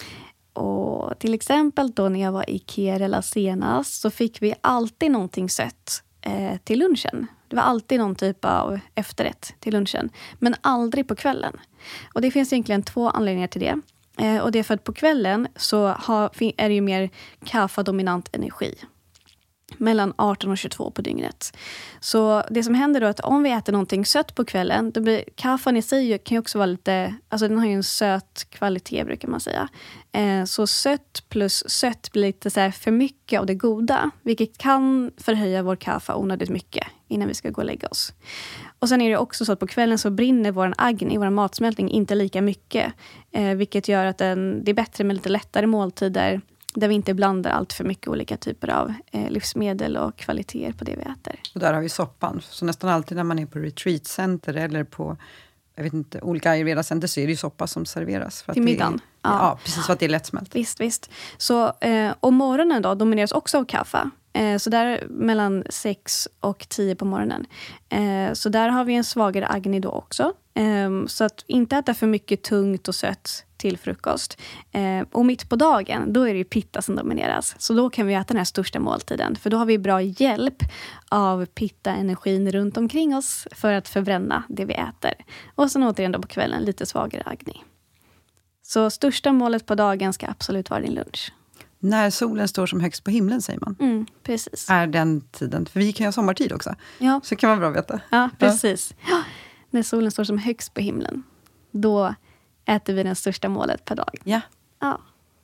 Och till exempel då när jag var i Kerala senast så fick vi alltid någonting sött eh, till lunchen. Det var alltid någon typ av efterrätt till lunchen, men aldrig på kvällen. Och det finns egentligen två anledningar till det. Eh, och det är för att på kvällen så har, är det ju mer kaffa-dominant energi. Mellan arton och tjugotvå på dygnet. Så det som händer då är att om vi äter någonting sött på kvällen, då blir kaffan i sig kan ju också vara lite, alltså den har ju en söt kvalitet brukar man säga. Eh, så sött plus sött blir lite så här för mycket av det goda, vilket kan förhöja vår kaffa onödigt mycket innan vi ska gå och lägga oss. Och sen är det också så att på kvällen så brinner vår agni, vår matsmältning inte lika mycket, eh, vilket gör att den, det är bättre med lite lättare måltider där vi inte blandar allt för mycket olika typer av eh, livsmedel och kvaliteter på det vi äter. Och där har vi soppan. Så nästan alltid när man är på retreatcenter eller på jag vet inte, olika ayurveda-center så är det ju soppa som serveras. För till middagen. Är, ja. ja, precis för att det är lättsmält. Visst, visst. Så, eh, och morgonen då domineras också av kaffe. Eh, så där mellan sex och tio på morgonen. Eh, så där har vi en svagare agni då också. Eh, så att inte äta för mycket tungt och sött till frukost. Eh, och mitt på dagen, då är det ju pitta som domineras. Så då kan vi äta den här största måltiden. För då har vi bra hjälp av pitta-energin runt omkring oss för att förbränna det vi äter. Och sen återigen då på kvällen lite svagare agni. Så största målet på dagen ska absolut vara din lunch. När solen står som högst på himlen, säger man. Mm, precis. Är den tiden. För vi kan ju ha sommartid också. Ja. Så kan man bra veta. Ja, precis. Ja. När solen står som högst på himlen. Då äter vi det största målet per dag. Ja. Ja.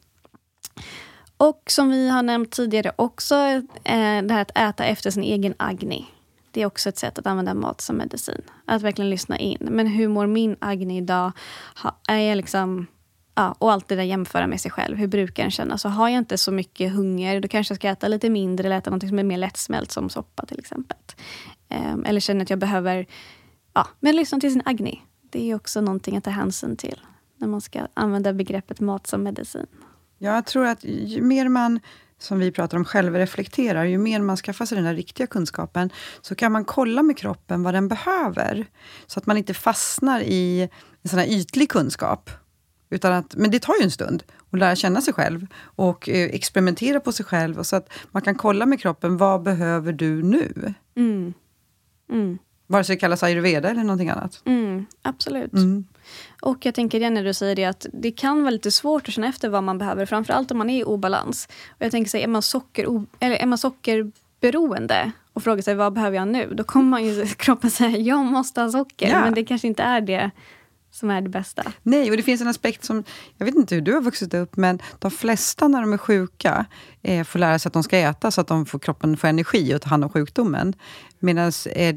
Och som vi har nämnt tidigare också, eh, det här att äta efter sin egen agni. Det är också ett sätt att använda mat som medicin. Att verkligen lyssna in. Men hur mår min agni idag? Ha, är jag liksom... Ja, och alltid där jämföra med sig själv. Hur brukar den känna? Så har jag inte så mycket hunger, då kanske jag ska äta lite mindre eller äta något som är mer lättsmält som soppa till exempel. Um, eller känner att jag behöver... Ja, men lyssna till sin agni. Det är också någonting att ta hänsyn till när man ska använda begreppet mat som medicin. Jag tror att ju mer man, som vi pratar om, självreflekterar, ju mer man skaffar sig den här riktiga kunskapen, så kan man kolla med kroppen vad den behöver. Så att man inte fastnar i en sån här ytlig kunskap. Utan att, men det tar ju en stund att lära känna sig själv och eh, experimentera på sig själv. Och så att man kan kolla med kroppen, vad behöver du nu? Mm. Mm. Vare sig det kallas ayurveda eller någonting annat. Mm, absolut. Mm. Och jag tänker igen när du säger det, att det kan vara lite svårt att känna efter vad man behöver. Framförallt om man är i obalans. Och jag tänker sig, är man, socker, eller är man sockerberoende och frågar sig, vad behöver jag nu? Då kommer man ju kroppen säga, jag måste ha socker. Ja. Men det kanske inte är det som är det bästa. Nej, och det finns en aspekt som, jag vet inte hur du har vuxit upp, men de flesta när de är sjuka eh, får lära sig att de ska äta så att de får, kroppen får energi och ta hand om sjukdomen. Medan eh, det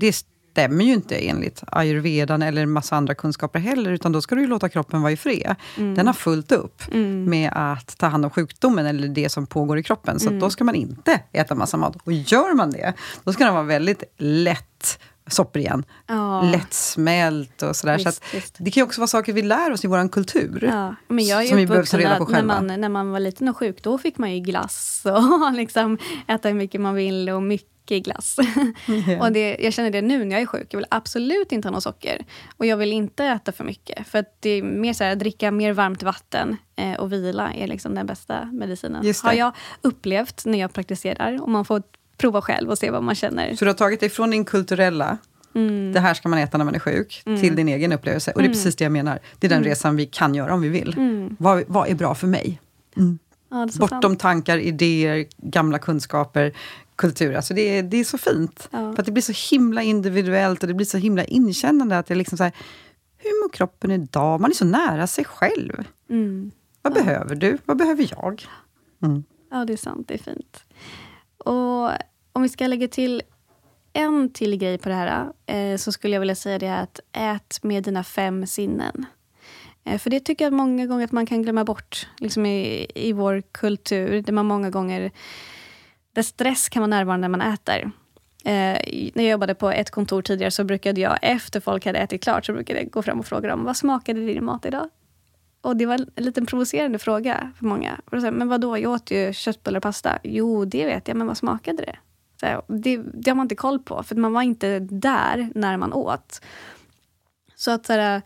stämmer ju inte enligt ayurvedan eller en massa andra kunskaper heller, utan då ska du ju låta kroppen vara i fred. Mm. Den har fullt upp mm. med att ta hand om sjukdomen eller det som pågår i kroppen. Så mm. då ska man inte äta massa mat. Och gör man det, då ska den vara väldigt lätt soppor igen. Ja. Lättsmält och sådär. Visst, så att det kan ju också vara saker vi lär oss i vår kultur. Ja. Men jag är ju uppvuxen att när man, när man var liten och sjuk, då fick man ju glass och liksom äta hur mycket man vill och mycket glass. Yeah. Och det, jag känner det nu när jag är sjuk. Jag vill absolut inte ha någon socker. Och jag vill inte äta för mycket. För att det är mer så här, dricka mer varmt vatten eh, och vila är liksom den bästa medicinen. Har jag upplevt när jag praktiserar. Och man får prova själv och se vad man känner. Så du har tagit dig från din kulturella, mm. det här ska man äta när man är sjuk, mm. till din egen upplevelse. Och det är precis det jag menar. Det är den mm. resan vi kan göra om vi vill. Mm. Vad, vad är bra för mig? Mm. Ja, bortom sant. Tankar, idéer, gamla kunskaper, kultur. Alltså det, är, det är så fint. Ja. För att det blir så himla individuellt och det blir så himla inkännande att det är liksom så här, hur mår kroppen idag? Man är så nära sig själv. Mm. Vad ja. behöver du? Vad behöver jag? Mm. Ja, det är sant. Det är fint. Och om vi ska lägga till en till grej på det här eh, så skulle jag vilja säga det att ät med dina fem sinnen. Eh, för det tycker jag många gånger att man kan glömma bort liksom i, i vår kultur. Där man många gånger, där stress kan vara närvarande när man äter. Eh, när jag jobbade på ett kontor tidigare så brukade jag, efter folk hade ätit klart, så brukade jag gå fram och fråga dem, vad smakade din mat idag? Och det var en liten provocerande fråga för många. Och så, men vadå, jag åt ju köttbullar och pasta. Jo, det vet jag, men vad smakade det? Så, det, det har man inte koll på, för man var inte där när man åt. Så att, så här,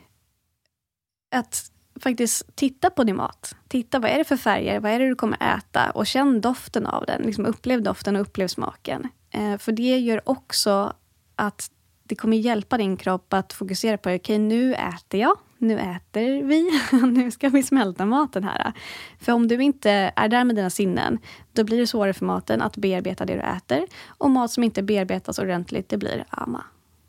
att faktiskt titta på din mat. Titta, vad är det för färger? Vad är det du kommer äta? Och känn doften av den. Liksom upplev doften och upplev smaken. Eh, för det gör också att det kommer hjälpa din kropp att fokusera på, okej, okay, nu äter jag. Nu äter vi. Nu ska vi smälta maten här. För om du inte är där med dina sinnen, då blir det svårare för maten att bearbeta det du äter. Och mat som inte bearbetas ordentligt, det blir ama.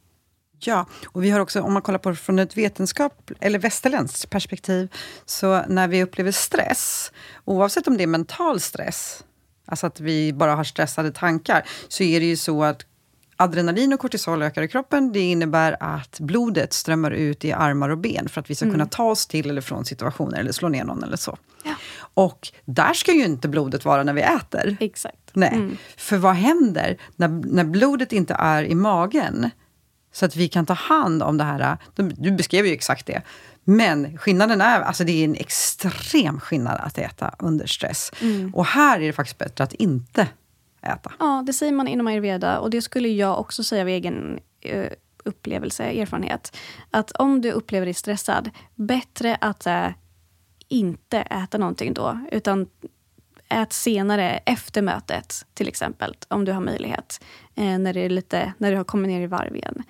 Ja, och vi har också, om man kollar på det från ett vetenskap eller västerländskt perspektiv, så när vi upplever stress, oavsett om det är mental stress, alltså att vi bara har stressade tankar, så är det ju så att adrenalin och kortisol ökar i kroppen. Det innebär att blodet strömmar ut i armar och ben för att vi ska mm. kunna ta oss till eller från situationer eller slå ner någon eller så. Ja. Och där ska ju inte blodet vara när vi äter. Exakt. Nej. Mm. För vad händer när, när blodet inte är i magen så att vi kan ta hand om det här? Du beskrev ju exakt det. Men skillnaden är, alltså det är en extrem skillnad att äta under stress. Mm. Och här är det faktiskt bättre att inte äta. Ja, det säger man inom ayurveda, och det skulle jag också säga av egen uh, upplevelse, erfarenhet. Att om du upplever dig stressad, bättre att uh, inte äta någonting då, utan ät senare efter mötet till exempel, om du har möjlighet, uh, när det är lite, när du har kommit ner i varv igen.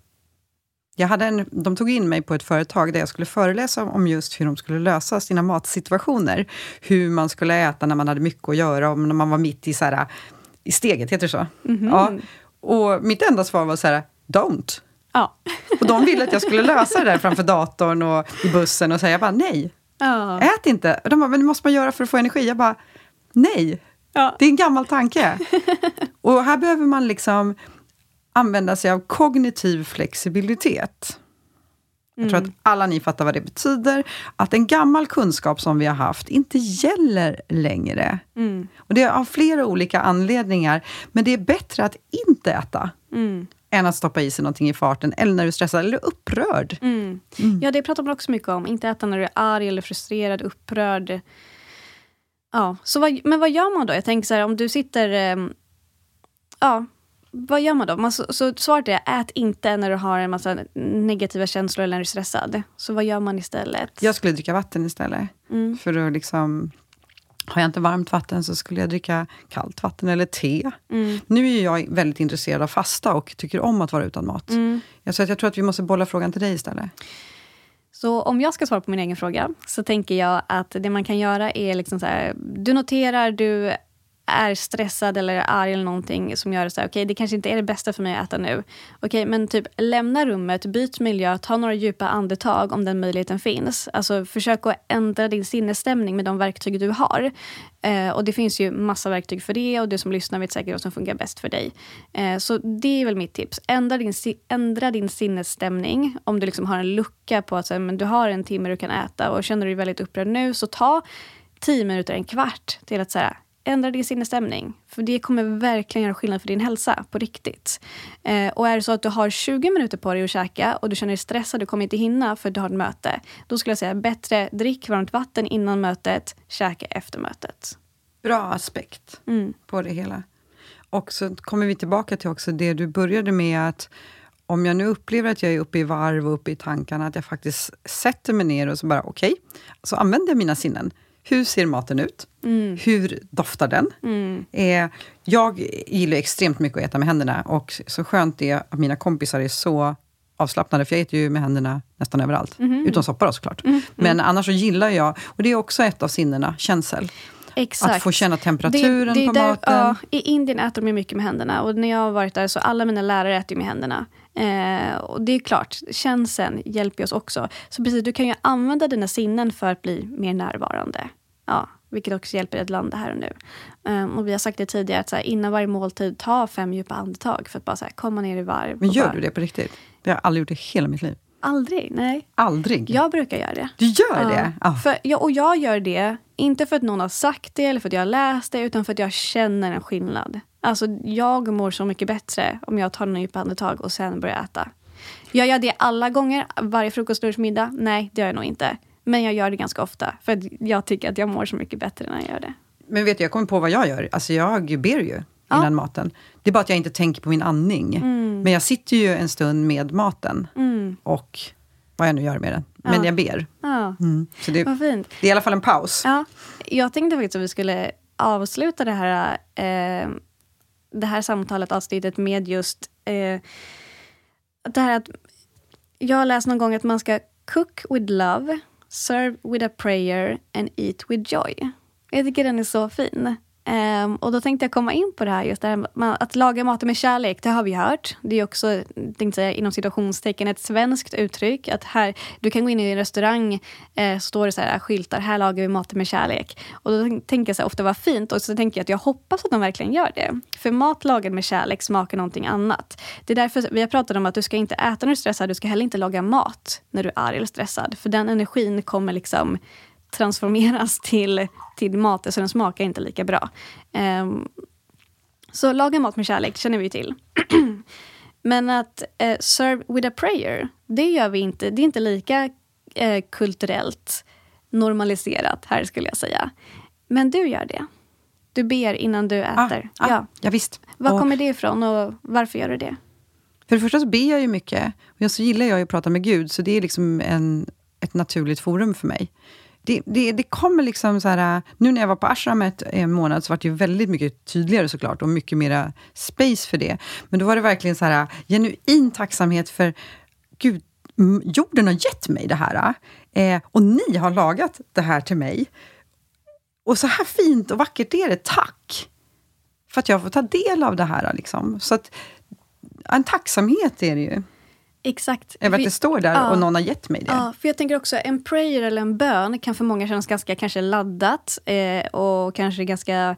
Jag hade en, de tog in mig på ett företag där jag skulle föreläsa om just hur de skulle lösa sina matsituationer. Hur man skulle äta när man hade mycket att göra, och när man var mitt i så här, i steget, heter det så? Mm-hmm. Ja. Och mitt enda svar var så här, don't. Ja. Och de ville att jag skulle lösa det där framför datorn och i bussen och säga, jag bara, nej. Ja. Ät inte. Och de bara, men det måste man göra för att få energi. Jag bara, nej. Ja. Det är en gammal tanke. Och här behöver man liksom använda sig av kognitiv flexibilitet. Jag tror mm. att alla ni fattar vad det betyder. Att en gammal kunskap som vi har haft inte gäller längre. Mm. Och det är av flera olika anledningar. Men det är bättre att inte äta. Mm. Än att stoppa i sig någonting i farten. Eller när du är stressad eller upprörd. Mm. Mm. Ja, det pratar man också mycket om. Inte äta när du är arg eller frustrerad, upprörd. Ja, så vad, men vad gör man då? Jag tänker så här, om du sitter... Eh, ja... Vad gör man då? Man, så, så svaret är, ät inte när du har en massa negativa känslor eller när du är stressad. Så vad gör man istället? Jag skulle dricka vatten istället. Mm. För att liksom, har jag inte varmt vatten så skulle jag dricka kallt vatten eller te. Mm. Nu är jag väldigt intresserad av fasta och tycker om att vara utan mat. Mm. Jag, så att jag tror att vi måste bolla frågan till dig istället. Så om jag ska svara på min egen fråga så tänker jag att det man kan göra är liksom så här, du noterar, du är stressad eller arg eller någonting som gör så här, okej, okay, det kanske inte är det bästa för mig att äta nu. Okej, okay, men typ lämna rummet, byt miljö, ta några djupa andetag om den möjligheten finns. Alltså försök att ändra din sinnesstämning med de verktyg du har. Eh, och det finns ju massa verktyg för det, och du som lyssnar vet säkert vad som funkar bäst för dig. Eh, så det är väl mitt tips. Ändra din, ändra din sinnesstämning. Om du liksom har en lucka på att så här, men du har en timme du kan äta och känner dig väldigt upprörd nu, så ta tio minuter, en kvart till att säga ändra din sinnesstämning. För det kommer verkligen göra skillnad för din hälsa på riktigt. Eh, och är det så att du har tjugo minuter på dig att käka och du känner dig stressad, du kommer inte hinna för att du har ett möte. Då skulle jag säga bättre drick varmt vatten innan mötet, käka efter mötet. Bra aspekt mm. på det hela. Och så kommer vi tillbaka till också det du började med, att om jag nu upplever att jag är uppe i varv och uppe i tankarna, att jag faktiskt sätter mig ner och så bara okej, okay, så använder jag mina sinnen. Hur ser maten ut? Mm. Hur doftar den? Mm. Eh, jag gillar extremt mycket att äta med händerna. Och så skönt är att mina kompisar är så avslappnade. För jag äter ju med händerna nästan överallt. Mm. Utom soppa då såklart. Mm. Men annars så gillar jag, och det är också ett av sinnena, känsel. Exakt. Att få känna temperaturen det, det på där, maten. Ja, i Indien äter de mycket med händerna. Och när jag har varit där så alla mina lärare äter med händerna. Eh, och det är klart, känseln hjälper oss också. Så precis, du kan ju använda dina sinnen för att bli mer närvarande. Ja, vilket också hjälper att landa här och nu. Um, och vi har sagt det tidigare att så här, innan varje måltid, ta fem djupa andetag för att bara så här, komma ner i varv. Men gör bara... du det på riktigt? Det har jag aldrig gjort i hela mitt liv. Aldrig, nej. Aldrig? Jag brukar göra det. Du gör ja. det? Ah. För, ja, och jag gör det, inte för att någon har sagt det eller för att jag har läst det, utan för att jag känner en skillnad. Alltså, jag mår så mycket bättre om jag tar en djupa andetag och sen börjar äta. Jag gör det alla gånger, varje frukost, lunch, middag. Nej, det gör jag nog inte. Men jag gör det ganska ofta. För att jag tycker att jag mår så mycket bättre när jag gör det. Men vet du, jag kommer på vad jag gör. Alltså jag ber ju innan ja. maten. Det är bara att jag inte tänker på min andning. Mm. Men jag sitter ju en stund med maten. Mm. Och vad jag nu gör med den. Men ja. jag ber. Ja. Mm. Så det, vad fint. Det är i alla fall en paus. Ja. Jag tänkte faktiskt att vi skulle avsluta det här, eh, det här samtalet, avsnittet med just eh, det här att jag har läst någon gång att man ska cook with love, serve with a prayer and eat with joy. Jag tycker den är så fin. Um, och då tänkte jag komma in på det här, just det här, att laga maten med kärlek, det har vi hört. Det är också, tänkte säga, inom situationstecken ett svenskt uttryck. Att här, du kan gå in i en restaurang, eh, står det så här skyltar, här lagar vi maten med kärlek. Och då tänker jag så här, ofta vad fint. Och så tänker jag att jag hoppas att de verkligen gör det. För mat lagad med kärlek smakar någonting annat. Det är därför vi har pratat om att du ska inte äta när du är stressad, du ska heller inte laga mat när du är arg eller stressad. För den energin kommer liksom transformeras till, till mat, så den smakar inte lika bra. Um, så laga mat med kärlek, känner vi till. Men att uh, serve with a prayer, det gör vi inte. Det är inte lika uh, kulturellt normaliserat här, skulle jag säga. Men du gör det. Du ber innan du äter. Ah, ja. Ah, ja, visst. Var och, kommer det ifrån och varför gör du det? För det första så ber jag ju mycket. Och så gillar jag ju att prata med Gud, så det är liksom en, ett naturligt forum för mig. Det, det, det kommer liksom så här, nu när jag var på ashramet en månad så var det ju väldigt mycket tydligare såklart och mycket mera space för det. Men då var det verkligen så här genuin tacksamhet för Gud, jorden har gett mig det här. Eh, och ni har lagat det här till mig. Och så här fint och vackert är det, tack! För att jag får ta del av det här liksom. Så att en tacksamhet är det ju. Exakt. Över att det står där ja. och någon har gett mig det. Ja, för jag tänker också, en prayer eller en bön kan för många kännas ganska kanske laddat eh, och kanske ganska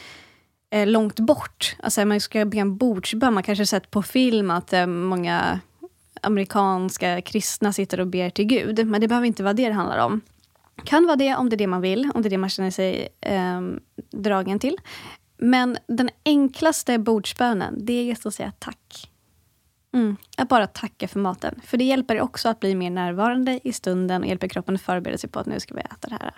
eh, långt bort. Alltså man ska be en bordsbön, man kanske sett på film att eh, många amerikanska kristna sitter och ber till Gud. Men det behöver inte vara det det handlar om. Kan vara det om det är det man vill, om det är det man känner sig eh, dragen till. Men den enklaste bordsbönen, det är just att säga tack. Mm, att bara tacka för maten. För det hjälper också att bli mer närvarande i stunden och hjälper kroppen att förbereda sig på att nu ska vi äta det här.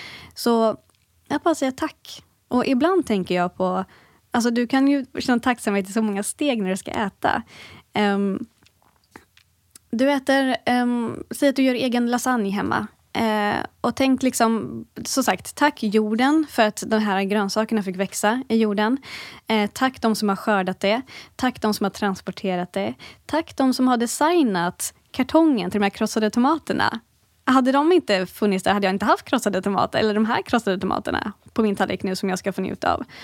Så jag bara säga tack. Och ibland tänker jag på, alltså du kan ju känna tacksamhet i så många steg när du ska äta. Um, du äter, um, säg att du gör egen lasagne hemma. Eh, och tänk liksom, så sagt, tack jorden för att de här grönsakerna fick växa i jorden. Eh, tack de som har skördat det. Tack de som har transporterat det. Tack de som har designat kartongen till de här krossade tomaterna. Hade de inte funnits där hade jag inte haft krossade tomater. Eller de här krossade tomaterna på min tallrik nu som jag ska få njuta av.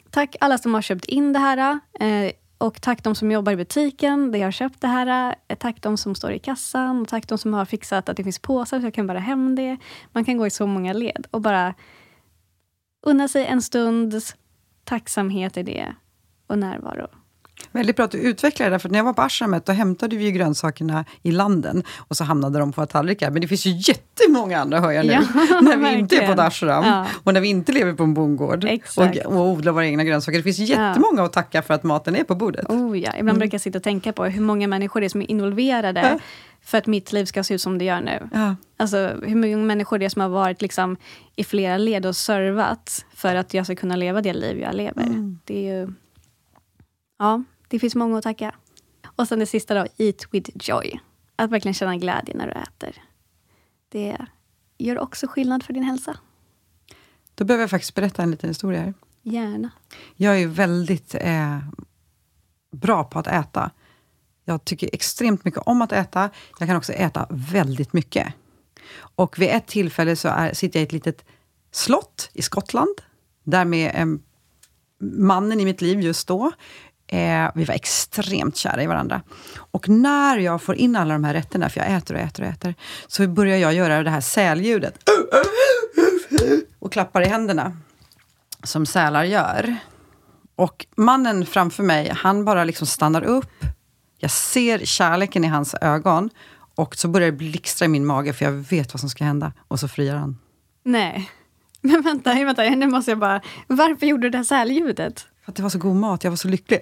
Tack alla som har köpt in det här. Eh, och tack de som jobbar i butiken där jag har köpt det här. Eh, tack de som står i kassan. Och tack de som har fixat att det finns påsar så jag kan bara hem det. Man kan gå i så många led. Och bara unna sig en stunds tacksamhet i det. Och närvaro. Väldigt bra att du utvecklar det, för när jag var på ashramet då hämtade vi ju grönsakerna i landen och så hamnade de på tallrikar. Men det finns ju jättemånga andra, hör jag nu, ja, när vi verkligen. Inte är på ett ashram ja. Och när vi inte lever på en bondgård och, och odlar våra egna grönsaker. Det finns jättemånga ja. Att tacka för att maten är på bordet. Oh ja, ibland mm. brukar jag sitta och tänka på hur många människor det är som är involverade ja. För att mitt liv ska se ut som det gör nu. Ja. Alltså hur många människor det är som har varit liksom, i flera led och servat för att jag ska kunna leva det liv jag lever. Mm. Det är ju... Ja, det finns många att tacka. Och sen det sista då, eat with joy. Att verkligen känna glädje när du äter. Det gör också skillnad för din hälsa. Då behöver jag faktiskt berätta en liten historia här. Gärna. Jag är väldigt eh, bra på att äta. Jag tycker extremt mycket om att äta. Jag kan också äta väldigt mycket. Och vid ett tillfälle så är, sitter jag i ett litet slott i Skottland. Där med eh, mannen i mitt liv just då. Eh, vi var extremt kära i varandra. Och när jag får in alla de här rätterna, för jag äter och äter och äter, så börjar jag göra det här säljudet. Och klappar i händerna. Som sälar gör. Och mannen framför mig, han bara liksom stannar upp. Jag ser kärleken i hans ögon. Och så börjar det blixtra i min mage, för jag vet vad som ska hända. Och så friar han. Nej. Men vänta, vänta, nu måste jag bara... Varför gjorde du det här säljudet? För att det var så god mat, jag var så lycklig.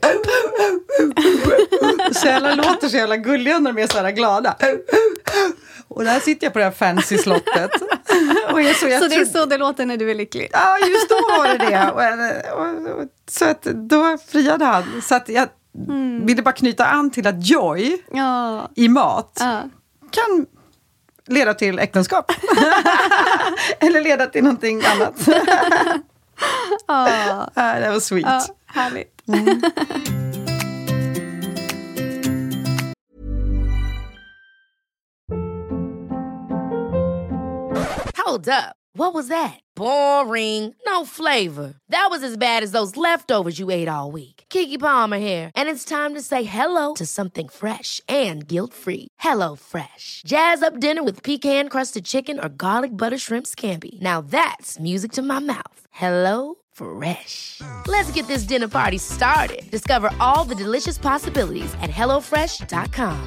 Sälar låter så jävla gulliga när de är så här glada. Och där sitter jag på det här fancy slottet. Och jag så, jag så det är så det låter när du är lycklig? Ja, just då var det det. Och, och, och, så att då friade han. Så att jag mm. ville bara knyta an till att joy ja. I mat ja. Kan leda till äktenskap. Eller leda till någonting annat. Ja, ah, det var sweet. Ja, härligt. Mm. Hold up. What was that? Boring. No flavor. That was as bad as those leftovers you ate all week. Keke Palmer here, and it's time to say hello to something fresh and guilt-free. Hello Fresh. Jazz up dinner with pecan-crusted chicken or garlic butter shrimp scampi. Now that's music to my mouth. Hello Fresh. Let's get this dinner party started. Discover all the delicious possibilities at hello fresh dot com.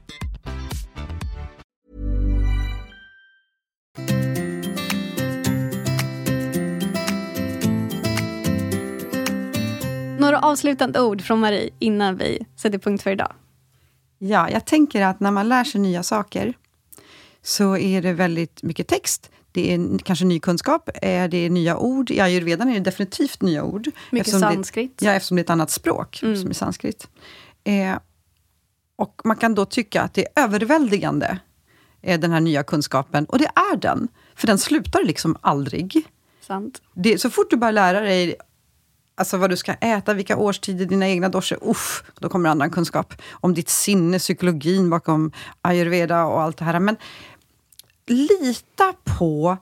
Några avslutande ord från Marie innan vi sätter punkt för idag. Ja, jag tänker att när man lär sig nya saker så är det väldigt mycket text. Det är kanske ny kunskap, det är nya ord. I ayurvedan är det definitivt nya ord. Mycket sanskrit. Det, ja, eftersom det är ett annat språk mm. som är sanskrit. Eh, och man kan då tycka att det är överväldigande, eh, den här nya kunskapen. Och det är den, för den slutar liksom aldrig. Sant. Det, så fort du bara lär dig alltså vad du ska äta, vilka årstider, dina egna dosor, uff, då kommer annan kunskap om ditt sinne, psykologin bakom ayurveda och allt det här. Men lita på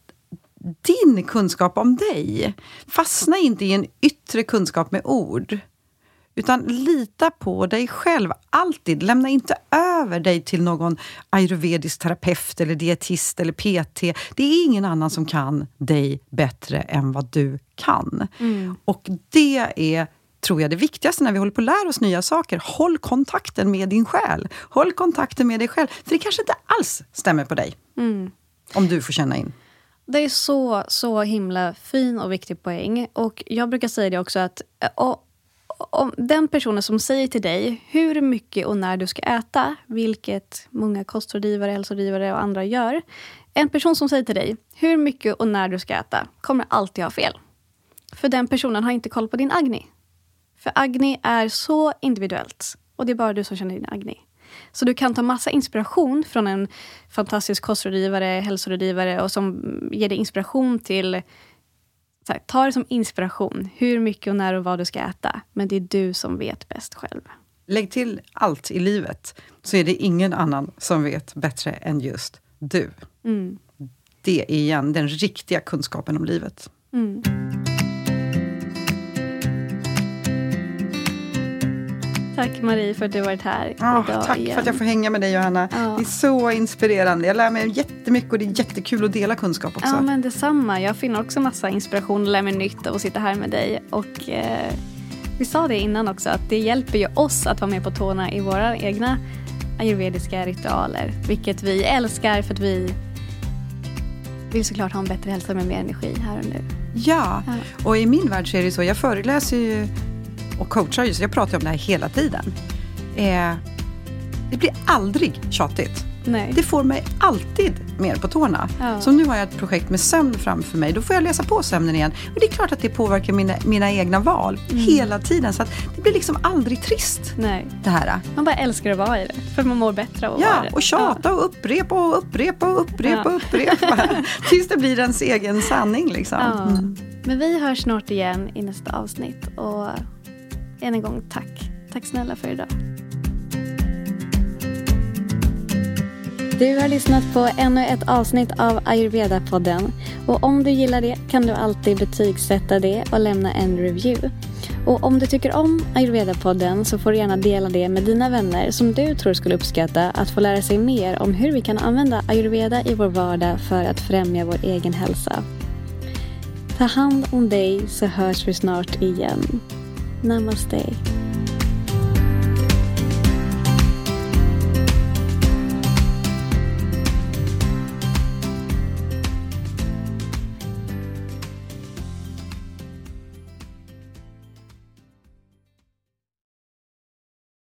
din kunskap om dig. Fastna inte i en yttre kunskap med ord. Utan lita på dig själv. Alltid. Lämna inte över dig till någon ayurvedisk terapeut eller dietist eller P T. Det är ingen annan som kan dig bättre än vad du kan. Mm. Och det är, tror jag, det viktigaste när vi håller på att lära oss nya saker. Håll kontakten med din själ. Håll kontakten med dig själv. För det kanske inte alls stämmer på dig. Mm. Om du får känna in. Det är så, så himla fin och viktig poäng. Och jag brukar säga det också att... Och, om den personen som säger till dig hur mycket och när du ska äta, vilket många kostrådgivare, hälsorådgivare och andra gör. En person som säger till dig hur mycket och när du ska äta kommer alltid ha fel. För den personen har inte koll på din agni. För agni är så individuellt. Och det är bara du som känner din agni. Så du kan ta massa inspiration från en fantastisk kostrådgivare, hälsorådgivare och som ger dig inspiration till... Så här, ta det som inspiration. Hur mycket och när och vad du ska äta. Men det är du som vet bäst själv. Lägg till allt i livet. Så är det ingen annan som vet bättre än just du. Mm. Det är igen den riktiga kunskapen om livet. Mm. Tack Marie för att du varit här oh, idag Tack igen. för att jag får hänga med dig, Johanna. Ja. Det är så inspirerande. Jag lär mig jättemycket och det är jättekul att dela kunskap också. Ja, men detsamma. Jag finner också massa inspiration och lär mig nytt av att sitta här med dig. Och eh, vi sa det innan också, att det hjälper ju oss att vara med på tårna i våra egna ayurvediska ritualer. Vilket vi älskar för att vi vill såklart ha en bättre hälsa med mer energi här och nu. Ja, ja. Och i min värld så är det så. Jag föreläser ju och coachar ju, så jag pratar om det här hela tiden. Eh, det blir aldrig tjatigt. Nej. Det får mig alltid mer på tårna. Ja. Så nu har jag ett projekt med sömn framför mig. Då får jag läsa på sömnen igen. Och det är klart att det påverkar mina, mina egna val mm. hela tiden. Så att det blir liksom aldrig trist. Nej. Det här. Man bara älskar att vara i det. För man mår bättre av att ja, vara i det. Och tjata ja. och upprepa och upprepa och upprepa ja. och upprepa. Tills det blir ens egen sanning liksom. Ja. Mm. Men vi hörs snart igen i nästa avsnitt. Och än en gång tack. Tack snälla för idag. Du har lyssnat på ännu ett avsnitt av Ayurveda-podden. Och om du gillar det kan du alltid betygsätta det och lämna en review. Och om du tycker om Ayurveda-podden så får du gärna dela det med dina vänner som du tror skulle uppskatta att få lära sig mer om hur vi kan använda Ayurveda i vår vardag för att främja vår egen hälsa. Ta hand om dig så hörs vi snart igen. Namaste.